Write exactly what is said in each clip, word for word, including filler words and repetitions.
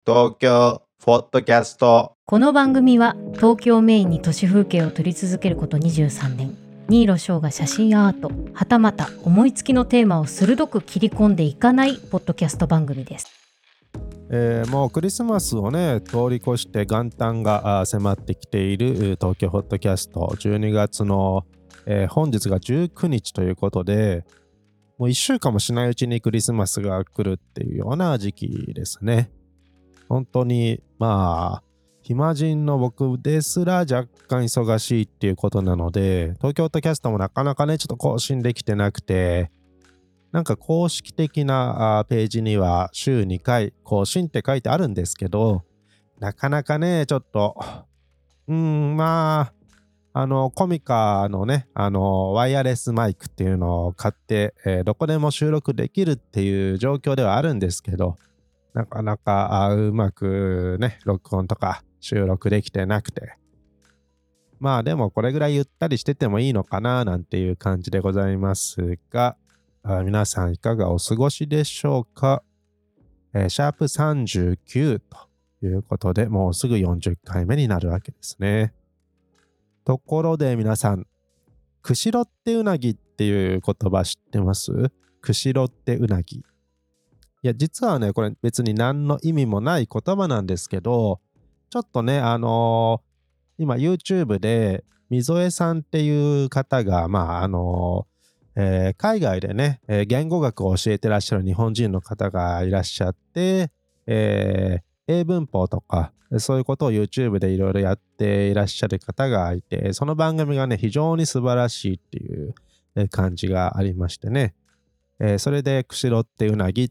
東京ポッドキャスト。 この番組は東京をメインに都市風景を撮り続けることにじゅうさんねん、新納翔が写真アートはたまた思いつきのテーマを鋭く切り込んでいかないポッドキャスト番組です。 えー、もうクリスマスをね通り越して元旦が迫ってきている東京ポッドキャストじゅうにがつの、えー、本日がじゅうくにちということで、もういっしゅうかんもしないうちにクリスマスが来るっていうような時期ですね。本当にまあ暇人の僕ですら若干忙しいっていうことなので、東京ポッドキャストもなかなかねちょっと更新できてなくて、なんか公式的なページには週にかい更新って書いてあるんですけど、なかなかねちょっとうーんまああのコミカのねあのワイヤレスマイクっていうのを買って、えー、どこでも収録できるっていう状況ではあるんですけど、なかなかうまくね録音とか収録できてなくて、まあでもこれぐらいゆったりしててもいいのかななんていう感じでございますが、あ皆さんいかがお過ごしでしょうか。えー、シャープさんじゅうきゅうということで、もうすぐよんじゅっかいめになるわけですね。ところで皆さん、釧路ってうなぎっていう言葉知ってます？釧路ってうなぎ。いや実はねこれ別に何の意味もない言葉なんですけど、ちょっとねあのー、今 YouTube で溝江さんっていう方がまああのーえー、海外でね、えー、言語学を教えてらっしゃる日本人の方がいらっしゃって、えー、英文法とかそういうことを YouTube でいろいろやっていらっしゃる方がいて、その番組がね非常に素晴らしいっていう感じがありましてね、えー、それで釧路ってうなぎって、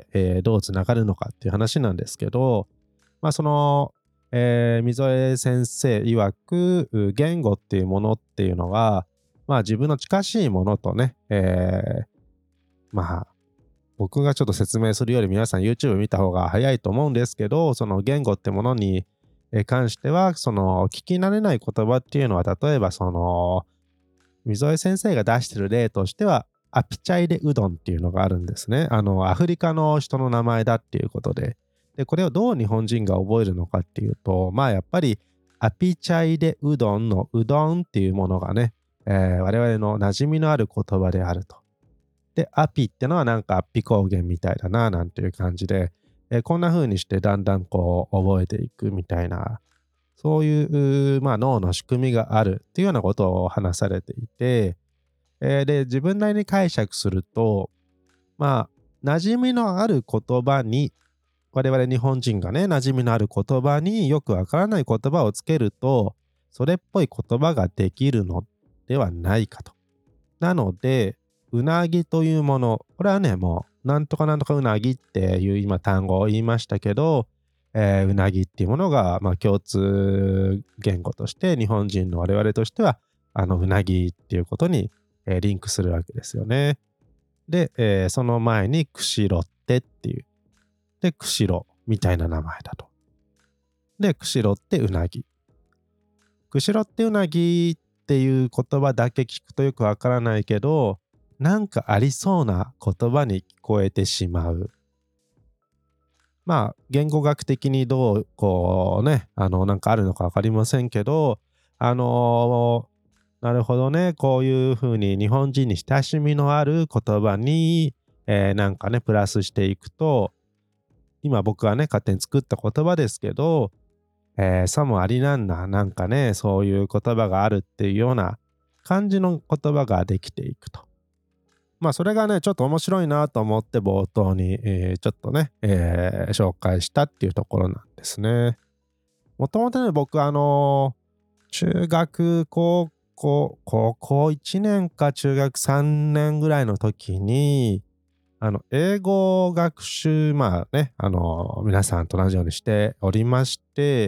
えー、どうつながるのかっていう話なんですけど、まあその、えー、溝江先生曰く言語っていうものっていうのはまあ自分の近しいものとね、えー、まあ僕がちょっと説明するより皆さん YouTube 見た方が早いと思うんですけど、その言語ってものに関してはその聞き慣れない言葉っていうのは、例えばその溝江先生が出してる例としてはアピチャイレうどんっていうのがあるんですね。あのアフリカの人の名前だっていうことで、でこれをどう日本人が覚えるのかっていうと、まあやっぱりアピチャイレうどんのうどんっていうものがね、えー、我々の馴染みのある言葉であると。でアピってのはなんかアッピ高原みたいだななんていう感じで、えー、こんな風にしてだんだんこう覚えていくみたいな、そういう、まあ、脳の仕組みがあるっていうようなことを話されていて、えー、で自分なりに解釈すると、まあ馴染みのある言葉に、我々日本人がね馴染みのある言葉によくわからない言葉をつけると、それっぽい言葉ができるのではないかと。なのでうなぎというもの、これはねもうなんとかなんとかうなぎっていう今単語を言いましたけど、えー、うなぎっていうものがまあ共通言語として日本人の我々としてはあのうなぎっていうことに、えー、リンクするわけですよね。で、えー、その前に釧路ってっていう、で釧路みたいな名前だと。で釧路ってうなぎ、釧路ってうなぎっていう言葉だけ聞くとよくわからないけど、なんかありそうな言葉に聞こえてしまう。まあ言語学的にどうこうねあのなんかあるのか分かりませんけど、あのー、なるほどね、こういう風に日本人に親しみのある言葉に、えー、なんかねプラスしていくと、今僕はね勝手に作った言葉ですけど、えー、さもありなんななんかねそういう言葉があるっていうような感じの言葉ができていくと。まあそれがねちょっと面白いなと思って冒頭に、えー、ちょっとね、えー、紹介したっていうところなんですね。もともとね僕あのー、中学高校高校いちねんか中学さんねんぐらいの時にあの英語学習まあねあのー、皆さんと同じようにしておりまして、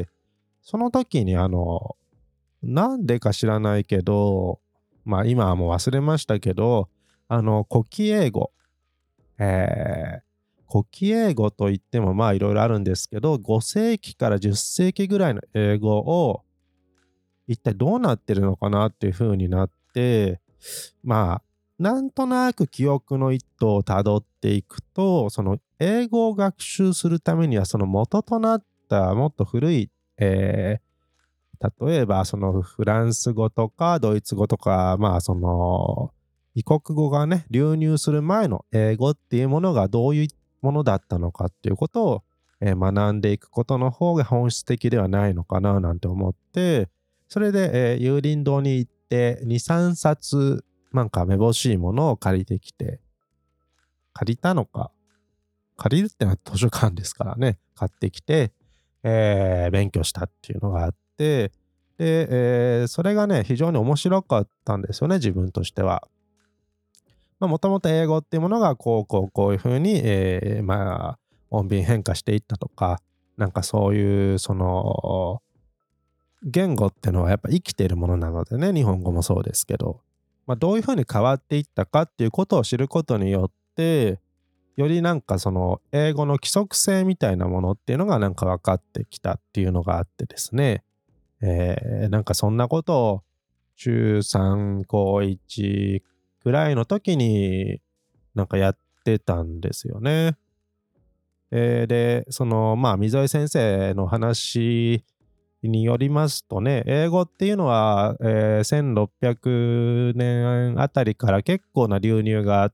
その時にあのなんでか知らないけど、まあ今はもう忘れましたけど、あの古希英語、えー、古希英語といってもまあいろいろあるんですけど、ごせいきからじゅっせいきぐらいの英語を一体どうなってるのかなっていう風になって、まあなんとなく記憶の一途をたどっていくと、その英語を学習するためにはその元となったもっと古い、えー、例えばそのフランス語とかドイツ語とか、まあその異国語がね流入する前の英語っていうものがどういうものだったのかっていうことを、えー学んでいくことの方が本質的ではないのかななんて思って、それで、えー、有林堂に行ってにさんさつなんかめぼしいものを借りてきて、借りたのか借りるってのは図書館ですからね、買ってきて、えー勉強したっていうのがあって、で、えーそれがね非常に面白かったんですよね、自分としては。もともと英語っていうものがこうこうこういうふうに、えーまあ音便変化していったとか、なんかそういうその言語ってのはやっぱ生きているものなのでね、日本語もそうですけど、まあ、どういうふうに変わっていったかっていうことを知ることによって、よりなんかその英語の規則性みたいなものっていうのがなんか分かってきたっていうのがあってですね、えーなんかそんなことを中さん高いちぐらいの時になんかやってたんですよね。えーで、そのまあ溝井先生の話によりますとね、英語っていうのは、えーせんろっぴゃくねんあたりから結構な流入があって、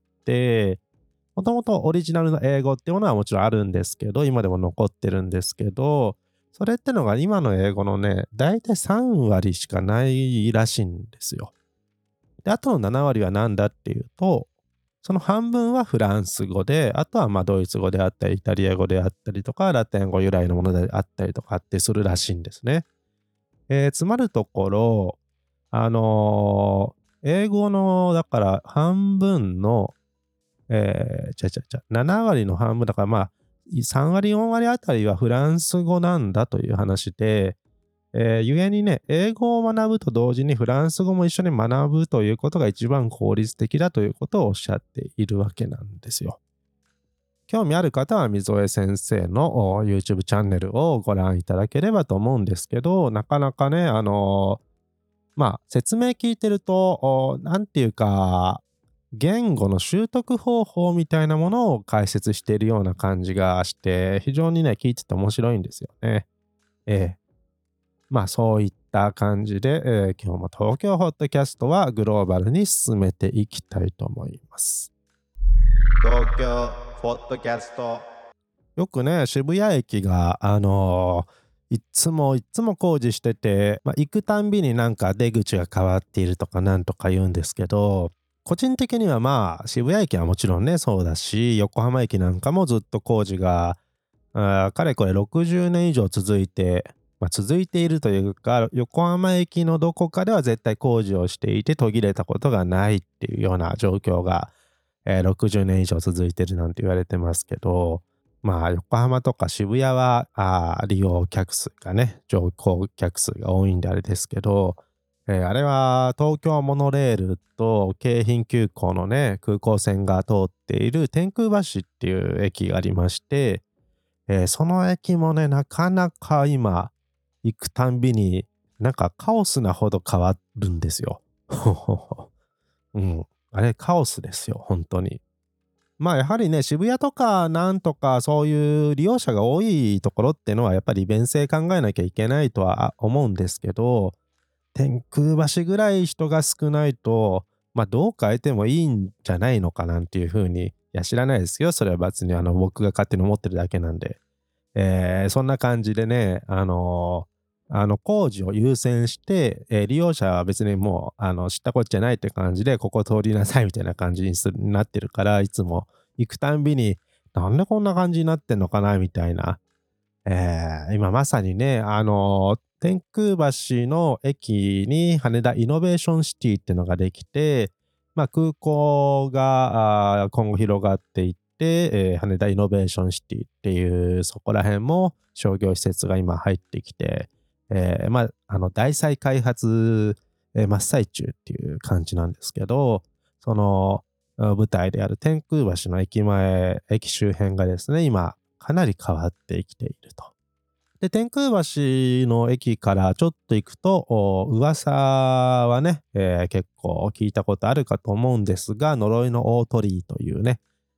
もともとオリジナルの英語っていうものはもちろんあるんですけど、今でも残ってるんですけど、それってのが今の英語のね、だいたいさん割しかないらしいんですよ。で、あとのなな割は何だっていうと、その半分はフランス語で、あとはまあドイツ語であったり、イタリア語であったりとか、ラテン語由来のものであったりとかってするらしいんですね。えーつまるところ、あのー英語の、だから半分の、えー、ちゃちゃちゃ、なな割の半分だからまあ、さん割よん割あたりはフランス語なんだという話で、えー、ゆえにね、英語を学ぶと同時にフランス語も一緒に学ぶということが一番効率的だということをおっしゃっているわけなんですよ。興味ある方は溝江先生のお YouTube チャンネルをご覧いただければと思うんですけど、なかなかね、あのーまあ説明聞いてると、おなんていうか、言語の習得方法みたいなものを解説しているような感じがして、非常にね、聞いてて面白いんですよね。ええ。まあそういった感じで、えー今日も東京ホットキャストはグローバルに進めていきたいと思います。 東京ポッドキャスト。 よくね、渋谷駅が、あのーいっつもいっつも工事してて、まあ、行くたんびになんか出口が変わっているとかなんとか言うんですけど、個人的にはまあ渋谷駅はもちろんねそうだし、横浜駅なんかもずっと工事があーかれこれろくじゅうねん以上続いて、まあ、続いているというか、横浜駅のどこかでは絶対工事をしていて途切れたことがないっていうような状況が、えーろくじゅうねん以上続いてるなんて言われてますけど、まあ横浜とか渋谷はあー利用客数がね、乗降客数が多いんであれですけど、えーあれは東京モノレールと京浜急行のね空港線が通っている天空橋っていう駅がありまして、えーその駅もね、なかなか今行くたんびになんかカオスなほど変わるんですよ。うん。あれカオスですよ、本当に。まあやはりね、渋谷とかなんとかそういう利用者が多いところってのはやっぱり利便性考えなきゃいけないとは思うんですけど、天空橋ぐらい人が少ないと、まあどう変えてもいいんじゃないのかなんていうふうに、いや知らないですよ。それは別にあの僕が勝手に思ってるだけなんで。えーそんな感じでね、あのーあの工事を優先して、えー利用者は別にもうあの知ったこっちゃないって感じでここ通りなさいみたいな感じにするなってるから、いつも行くたんびになんでこんな感じになってんのかなみたいな、えー今まさにね、あのー天空橋の駅に羽田イノベーションシティってのができて、まあ、空港があー今後広がっていって、えー羽田イノベーションシティっていうそこら辺も商業施設が今入ってきて、えーまあ、あの大再開発、えー真っ最中っていう感じなんですけど、そのあ舞台である天空橋の駅前、駅周辺がですね、今かなり変わってきていると。で、天空橋の駅からちょっと行くと、お噂はね、えー結構聞いたことあるかと思うんですが、呪いの大鳥居というね、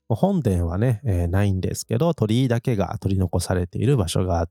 本殿はね、えーないんですけど、鳥居だけが取り残されている場所があって、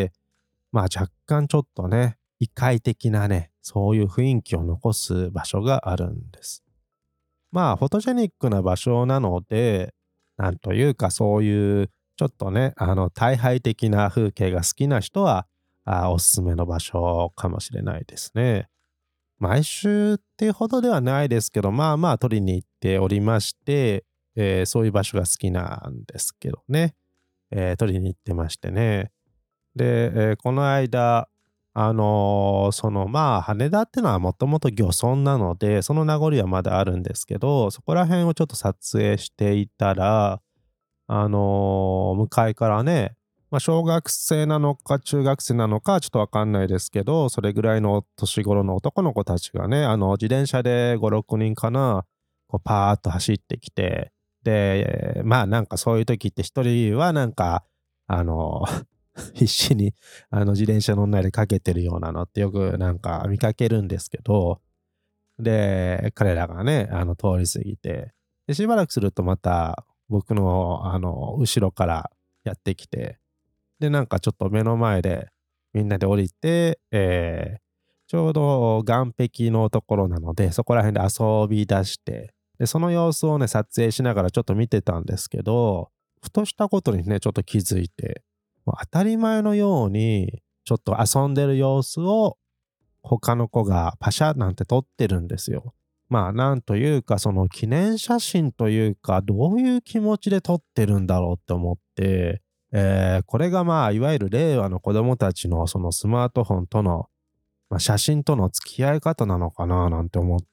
まあ若干ちょっとね、異界的なね、そういう雰囲気を残す場所があるんです。まあ、フォトジェニックな場所なので、なんというかそういうちょっとね、あの、退廃的な風景が好きな人は、あおすすめの場所かもしれないですね。毎週っていうほどではないですけど、まあまあ取りに行っておりまして、えーそういう場所が好きなんですけどね。えー取りに行ってましてね。で、えーこの間、あのーその、まあ、羽田ってのはもともと漁村なので、その名残はまだあるんですけど、そこら辺をちょっと撮影していたら、あのー向かいからね、まあ、小学生なのか中学生なのかちょっとわかんないですけど、それぐらいの年頃の男の子たちがね、あの、自転車でご、ろくにんかな、こうパーッと走ってきて、で、まあなんかそういう時って一人はなんか、あの必死にあの自転車乗んないでかけてるようなのってよくなんか見かけるんですけど、で、彼らがね、あの通り過ぎて、で、しばらくするとまた僕のあの後ろからやってきて、で、なんかちょっと目の前でみんなで降りて、えーちょうど岸壁のところなので、そこら辺で遊び出して、で、その様子をね、撮影しながらちょっと見てたんですけど、ふとしたことにね、ちょっと気づいて、もう当たり前のように、ちょっと遊んでる様子を他の子がパシャなんて撮ってるんですよ。まあ、なんというか、その記念写真というか、どういう気持ちで撮ってるんだろうって思って、えーこれがまあ、いわゆる令和の子供たちのそのスマートフォンとの、まあ、写真との付き合い方なのかななんて思って、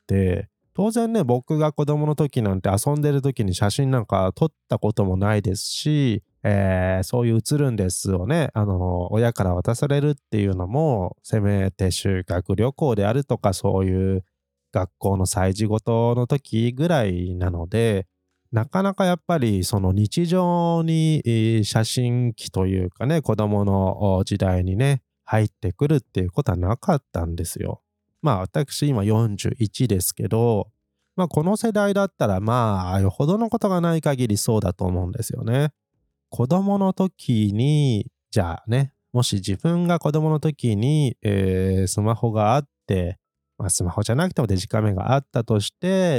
当然ね、僕が子供の時なんて遊んでる時に写真なんか撮ったこともないですし、えーそういう写るんですをね、あの、親から渡されるっていうのも、せめて修学旅行であるとか、そういう学校の祭事ごとの時ぐらいなので、なかなかやっぱりその日常にえー写真機というかね、子供のお時代にね、入ってくるっていうことはなかったんですよ。まあ私今よんじゅういちですけど、まあこの世代だったらまあよほどのことがない限りそうだと思うんですよね。子供の時に、じゃあね、もし自分が子供の時に、えースマホがあって、まあ、スマホじゃなくてもデジカメがあったとして、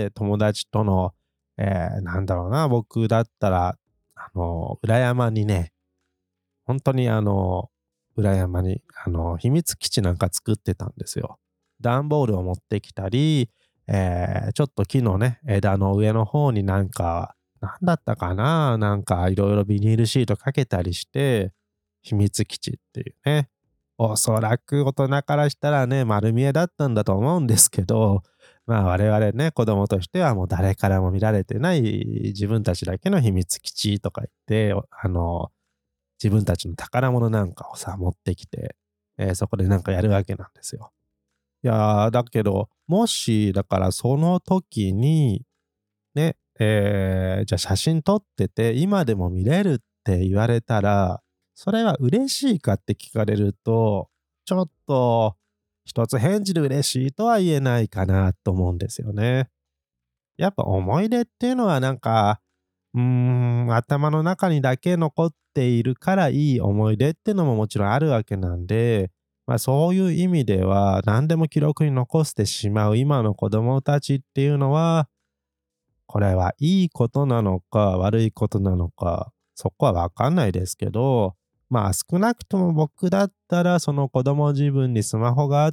友達との、えーなんだろうな、僕だったら、あの、裏山にね、本当にあの、裏山に、あの、秘密基地なんか作ってたんですよ。段ボールを持ってきたり、えーちょっと木のね、枝の上の方になんか、なんだったかな、なんかいろいろビニールシートかけたりして、秘密基地っていうね。おそらく大人からしたらね、丸見えだったんだと思うんですけど、まあ我々ね、子供としてはもう誰からも見られてない自分たちだけの秘密基地とか言って、あの、自分たちの宝物なんかをさ、持ってきて、えーそこでなんかやるわけなんですよ。いやー、だけど、もし、だからその時に、ね、えーじゃあ写真撮ってて、今でも見れるって言われたら、それは嬉しいかって聞かれると、ちょっと、一つ返事で嬉しいとは言えないかなと思うんですよね。やっぱ思い出っていうのはなんか、うーん、頭の中にだけ残っているからいい思い出っていうのももちろんあるわけなんで、まあそういう意味では何でも記録に残してしまう今の子供たちっていうのは、これはいいことなのか悪いことなのか、そこはわかんないですけど、まあ少なくとも僕だったらその子供自分にスマホがあって、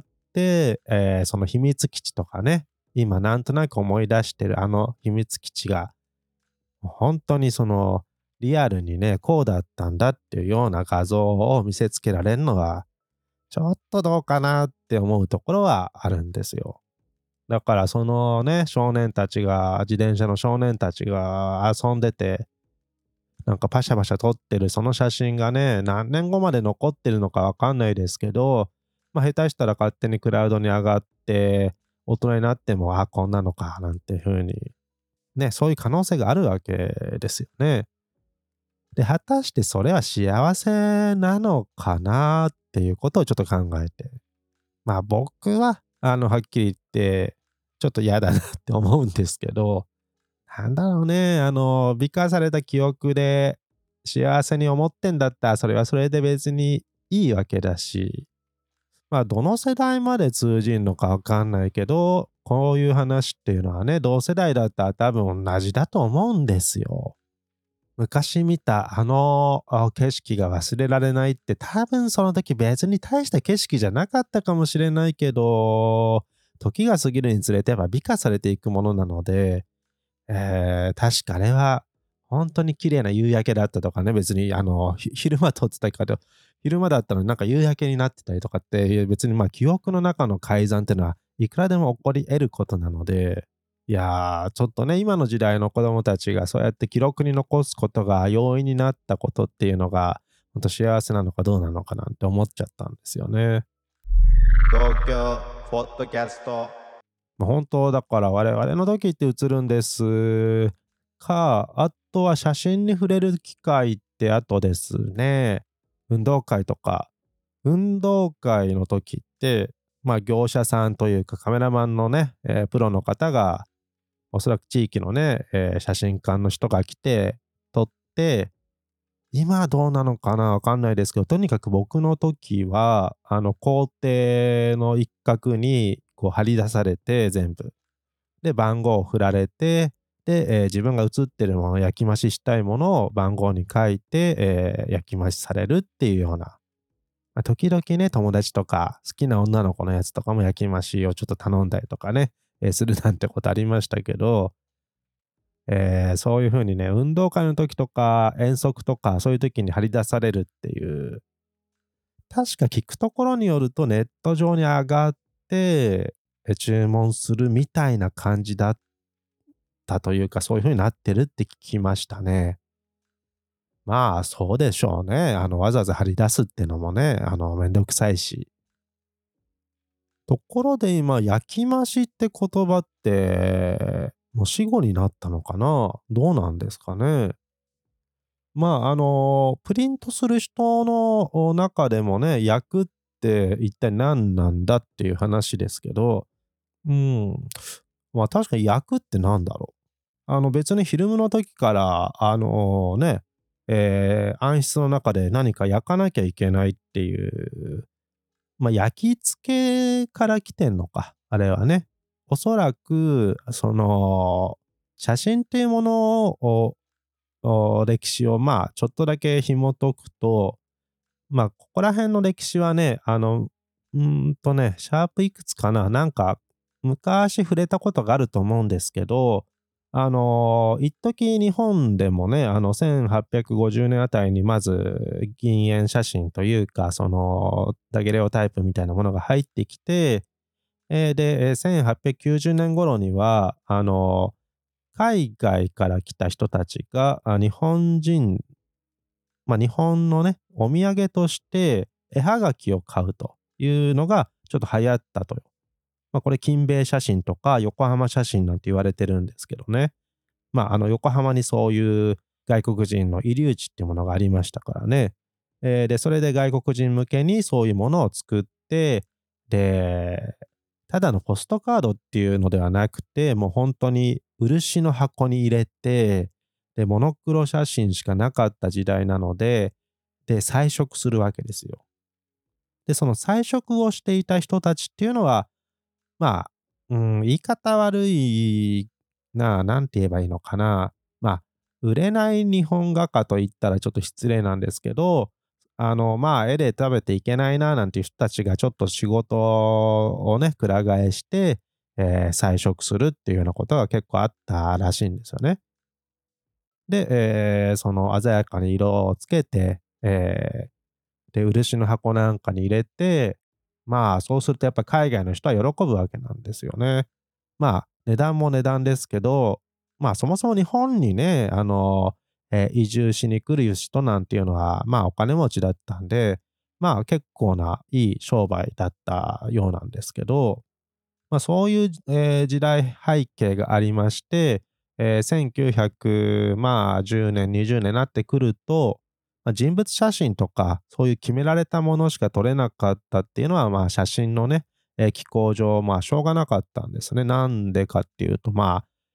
えーその秘密基地とかね、今なんとなく思い出してるあの秘密基地が本当にそのリアルにね、こうだったんだっていうような画像を見せつけられるのは、ちょっとどうかなって思うところはあるんですよ。だからそのね、少年たちが、自転車の少年たちが遊んでて、なんかパシャパシャ撮ってるその写真がね、何年後まで残ってるのかわかんないですけど、まあ、下手したら勝手にクラウドに上がって、大人になっても、あ、こんなのか、なんていう風に、ね、そういう可能性があるわけですよね。で、果たしてそれは幸せなのかなっていうことをちょっと考えて。まあ僕は、あの、はっきり言って、ちょっと嫌だなって思うんですけど、 なんだろうね、あの、美化された記憶で幸せに思ってんだったら、それはそれで別にいいわけだし、まあ、どの世代まで通じんのかわかんないけど、こういう話っていうのはね、同世代だったら多分同じだと思うんですよ。昔見たあのあ景色が忘れられないって多分その時別に大した景色じゃなかったかもしれないけど、時が過ぎるにつれてやっぱ美化されていくものなので、えー、確かあれは本当に綺麗な夕焼けだったとかね、別にあの、ひ昼間撮ってたけど、昼間だったのになんか夕焼けになってたりとかって、別にまあ記憶の中の改ざんっていうのはいくらでも起こり得ることなので、いやー、ちょっとね、今の時代の子供たちがそうやって記録に残すことが容易になったことっていうのが、本当幸せなのかどうなのかなんて思っちゃったんですよね。 東京ポッドキャスト。 まあ、本当だから我々の時って映るんですか、あとは写真に触れる機会ってあとですね、運動会とか、運動会の時って、まあ業者さんというかカメラマンのね、えープロの方がおそらく地域のね、えー写真館の人が来て撮って、今はどうなのかなわかんないですけど、とにかく僕の時は、あの校庭の一角にこう張り出されて全部。で、番号を振られて、で、えー自分が写ってるもの、焼き増ししたいものを番号に書いて、えー焼き増しされるっていうような。まあ、時々ね、友達とか好きな女の子のやつとかも焼き増しをちょっと頼んだりとかね、えーするなんてことありましたけど、えーそういう風にね、運動会の時とか遠足とかそういう時に張り出されるっていう、確か聞くところによるとネット上に上がって、え注文するみたいな感じだったというか、そういう風になってるって聞きましたね。まあ、そうでしょうね。あの、わざわざ張り出すってのもね、あの、めんどくさいし。ところで今、焼き増しって言葉って、もう死語になったのかな？どうなんですかね。まあ、あの、プリントする人の中でもね、焼くって一体何なんだっていう話ですけど、うん。まあ確かに焼くってなんだろう。あの別にフィルムの時から、あのね、えー暗室の中で何か焼かなきゃいけないっていう、まあ焼き付けから来てんのか、あれはね。おそらく、その、写真っていうものを、お歴史をまあちょっとだけ紐解くと、まあここら辺の歴史はね、あの、うーんとね、シャープいくつかな、なんか昔触れたことがあると思うんですけど、あの、一時日本でもね、あの、せんはっぴゃくごじゅうねんあたりにまず銀塩写真というか、その、ダゲレオタイプみたいなものが入ってきて、えーで、えーせんはっぴゃくきゅうじゅうねん頃には、あの、海外から来た人たちが、あ日本人、まあ、日本のね、お土産として絵はがきを買うというのがちょっと流行ったと。まあ、これ金兵衛写真とか横浜写真なんて言われてるんですけどね。まあ、あの横浜にそういう外国人の遺留地っていうものがありましたからね。えーで、それで外国人向けにそういうものを作って、で、ただのポストカードっていうのではなくて、もう本当に漆の箱に入れて、で、モノクロ写真しかなかった時代なので、で、彩色するわけですよ。で、その彩色をしていた人たちっていうのは、まあ、うん、言い方悪いな、なんて言えばいいのかな。まあ、売れない日本画家と言ったらちょっと失礼なんですけど、あの、まあ、絵で食べていけないな、なんていう人たちがちょっと仕事をね、くら替えして、えー彩色するっていうようなことが結構あったらしいんですよね。で、えーその鮮やかに色をつけて、えーで、漆の箱なんかに入れて、まあ、そうするとやっぱ海外の人は喜ぶわけなんですよね。まあ、値段も値段ですけど、まあ、そもそも日本にね、あの、えー移住しに来る人なんていうのは、まあ、お金持ちだったんで、まあ、結構ないい商売だったようなんですけど、まあ、そういう、えー時代背景がありまして、えーせんきゅうひゃく、まあ、じゅうねん、にじゅうねんになってくると、まあ、人物写真とか、そういう決められたものしか撮れなかったっていうのは、まあ、写真のね、えー機構上、まあ、しょうがなかったんですね。なんでかっていうと、まあ、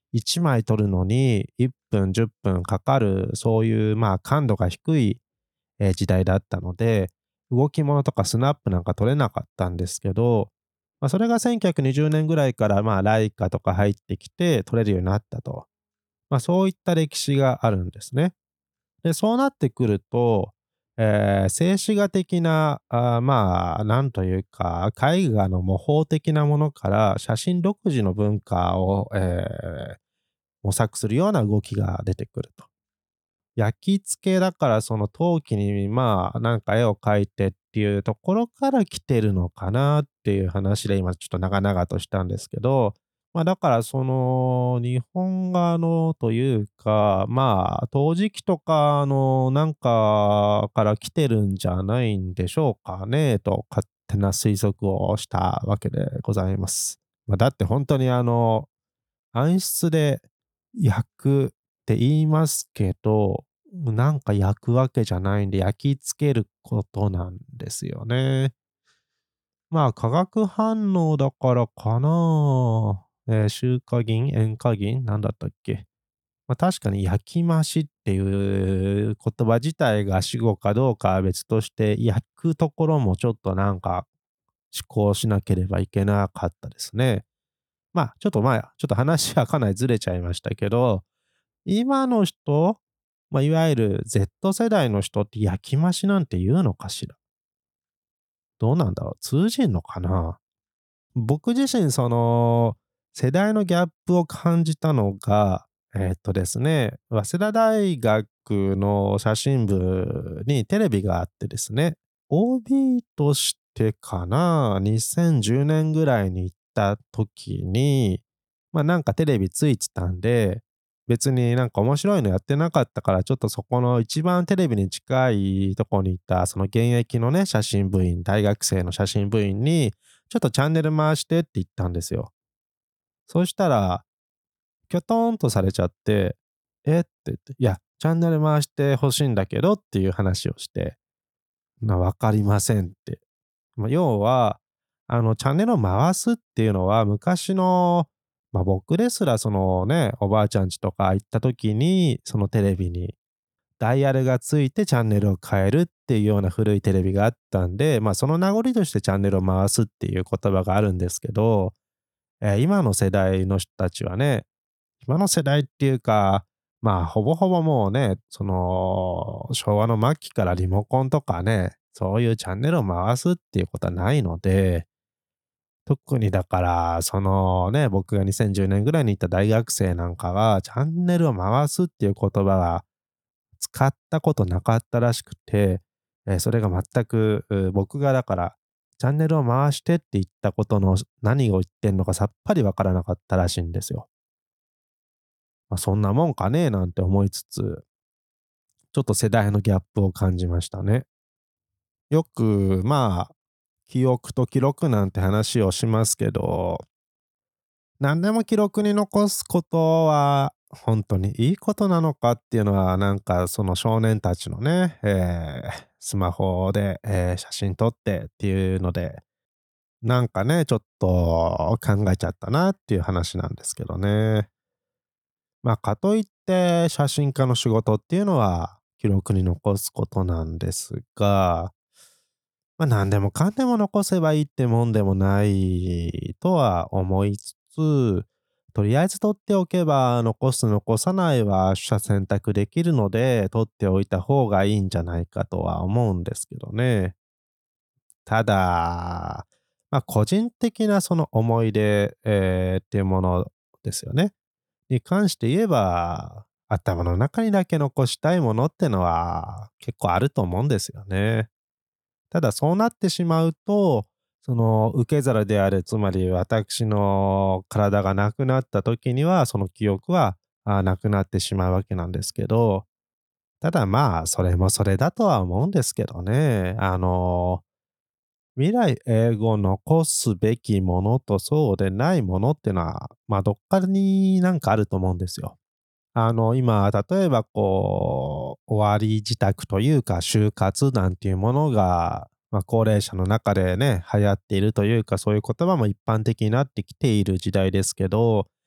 いちまい撮るのにいっぷんじゅっぷんかかる、そういうまあ感度が低いえー時代だったので、動き物とかスナップなんか撮れなかったんですけど、まあ、それがせんきゅうひゃくにじゅうねんぐらいからまあライカとか入ってきて撮れるようになったと。まあ、そういった歴史があるんですね。で、そうなってくると、えー静止画的な、あーまあ、なんというか、絵画の模倣的なものから写真独自の文化を、えー模索するような動きが出てくると。焼き付けだからその陶器にまあなんか絵を描いてっていうところから来てるのかなっていう話で今ちょっと長々としたんですけど、まあだからその日本画のというか、まあ陶磁器とかのなんかから来てるんじゃないんでしょうかねと勝手な推測をしたわけでございます。まあ、だって本当にあの暗室で焼くって言いますけど、なんか焼くわけじゃないんで、焼き付けることなんですよね。まあ、化学反応だからかな。えー、臭化銀、塩化銀、なんだったっけ。まあ、確かに焼き増しっていう言葉自体が死語かどうかは別として、焼くところもちょっとなんか思考しなければいけなかったですね。まあ、ちょっとまあ、ちょっと話はかなりずれちゃいましたけど、今の人、まあ、いわゆる Z 世代の人って焼き増しなんて言うのかしら？どうなんだろう？通じんのかな？僕自身その、世代のギャップを感じたのが、えーっとですね、早稲田大学の写真部にテレビがあってですね、オービー としてかな、にせんじゅうねんぐらいに行った時に、ま、なんかテレビついてたんで、別になんか面白いのやってなかったから、ちょっとそこの一番テレビに近いとこにいた、その現役のね、写真部員、大学生の写真部員に、ちょっとチャンネル回してって言ったんですよ。そしたら、きょとんとされちゃって、えって言って、いや、チャンネル回して欲しいんだけどっていう話をして、ま、わかりませんって。ま、要は、あの、チャンネルを回すっていうのは、昔の、ま、僕ですらそのね、おばあちゃんちとか行った時に、そのテレビにダイヤルがついてチャンネルを変えるっていうような古いテレビがあったんで、ま、その名残としてチャンネルを回すっていう言葉があるんですけど、えー今の世代の人たちはね、今の世代っていうか、まあ、ほぼほぼもうね、その、昭和の末期からリモコンとかね、そういうチャンネルを回すっていうことはないので、特にだから、そのね、僕がにせんじゅうねんぐらいに行った大学生なんかは、チャンネルを回すっていう言葉は使ったことなかったらしくて、えーそれが全く、う僕がだから、チャンネルを回してって言ったことの何を言ってんのかさっぱりわからなかったらしいんですよ。まあ、そんなもんかねえなんて思いつつ、ちょっと世代のギャップを感じましたね。よく、まあ、記憶と記録なんて話をしますけど、何でも記録に残すことは本当にいいことなのかっていうのは、なんかその少年たちのね、えースマホで、えー写真撮ってっていうので、なんかね、ちょっと考えちゃったなっていう話なんですけどね。まあ、かといって写真家の仕事っていうのは記録に残すことなんですが、まあ、何でもかんでも残せばいいってもんでもないとは思いつつ、とりあえず取っておけば残す残さないは取捨選択できるので、取っておいた方がいいんじゃないかとは思うんですけどね。ただ、まあ、個人的なその思い出、えーっていうものですよね。に関して言えば、頭の中にだけ残したいものってのは結構あると思うんですよね。ただそうなってしまうと、その受け皿である、つまり私の体がなくなった時には、その記憶は、あ、なくなってしまうわけなんですけど、ただまあ、それもそれだとは思うんですけどね。あの、未来永劫残すべきものとそうでないものってのは、まあ、どっかになんかあると思うんですよ。あの、今、例えばこう、終わり支度というか、就活なんていうものが、まあ、高齢者の中でね、流行っているというか、そういう言葉も一般的になってきている時代ですけど、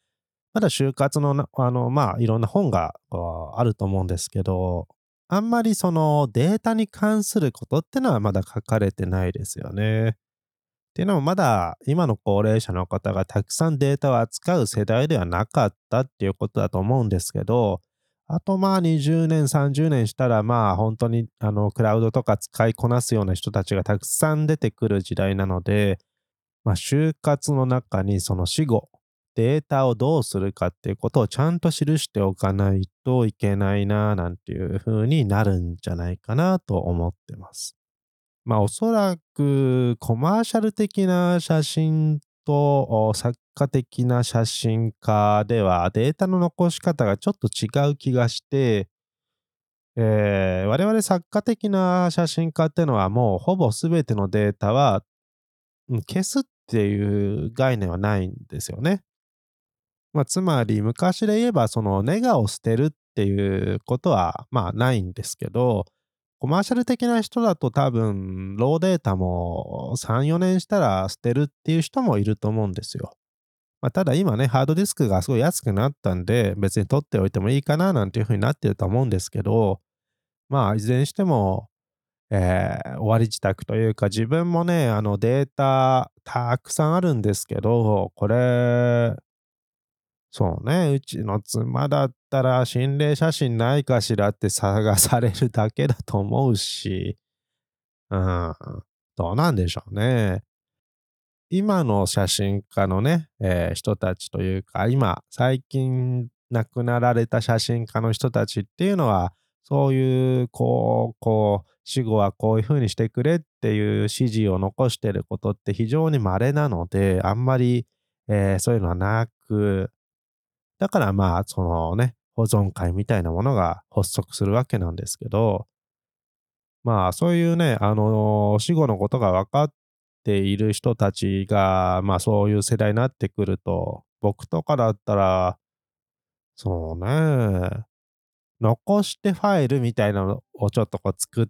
まだ就活のな、あの、まあ、いろんな本がああると思うんですけど、あんまりそのデータに関することってのはまだ書かれてないですよね。っていうのもまだ今の高齢者の方がたくさんデータを扱う世代ではなかったっていうことだと思うんですけど、あとまあにじゅうねん、さんじゅうねんしたらまあ本当にあのクラウドとか使いこなすような人たちがたくさん出てくる時代なので、まあ就活の中にその死後、データをどうするかっていうことをちゃんと記しておかないといけないななんていう風になるんじゃないかなと思ってます。まあ、おそらくコマーシャル的な写真とお作家的な写真家ではデータの残し方がちょっと違う気がして、えー我々作家的な写真家ってのはもうほぼ全てのデータは、うん、消すっていう概念はないんですよね。まあ、つまり昔で言えばそのネガを捨てるっていうことはまあないんですけど、コマーシャル的な人だと多分ローデータもさん、よねんしたら捨てるっていう人もいると思うんですよ。まあ、ただ今ね、ハードディスクがすごい安くなったんで、別に取っておいてもいいかななんていう風になってると思うんですけど、まあいずれにしても、えー終わり支度というか、自分もね、あのデータたくさんあるんですけど、これそうね、うちの妻だったら心霊写真ないかしらって探されるだけだと思うし、うん、どうなんでしょうね。今の写真家のね、えー人たちというか、今、最近亡くなられた写真家の人たちっていうのは、そういう、こう、こう、死後はこういう風にしてくれっていう指示を残してることって非常に稀なので、あんまり、えーそういうのはなく、だからまあ、そのね、保存会みたいなものが発足するわけなんですけど、まあ、そういうね、あの、死後のことが分かっている人たちが、まあ、そういう世代になってくると、僕とかだったら、そうね、残してファイルみたいなのをちょっとこう作って、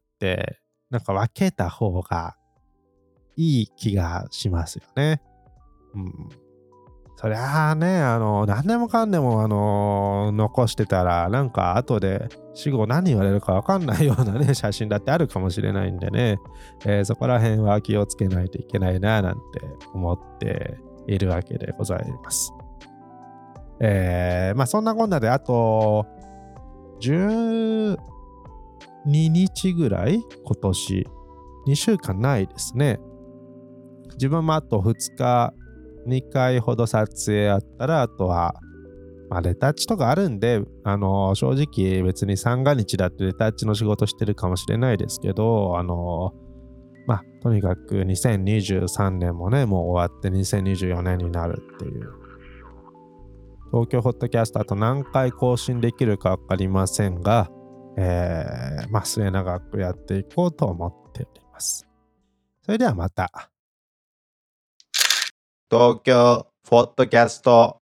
なんか分けた方がいい気がしますよね。うん。そりゃあね、あの、何でもかんでも、あの、残してたら、なんか後で死後何言われるかわかんないようなね、写真だってあるかもしれないんでね、えーそこら辺は気をつけないといけないな、なんて思っているわけでございます。えー、まあそんなこんなで、あと、じゅうににちぐらい今年、にしゅうかんないですね。自分もあとふつか、にかいほど撮影あったら、あとは、まあ、レタッチとかあるんで、あの、正直別に三が日だってレタッチの仕事してるかもしれないですけど、あの、まあ、とにかくにせんにじゅうさんねんもね、もう終わってにせんにじゅうよねんになるっていう。東京ホットキャストあと何回更新できるかわかりませんが、えー、まあ、末永くやっていこうと思っております。それではまた。 東京ポッドキャスト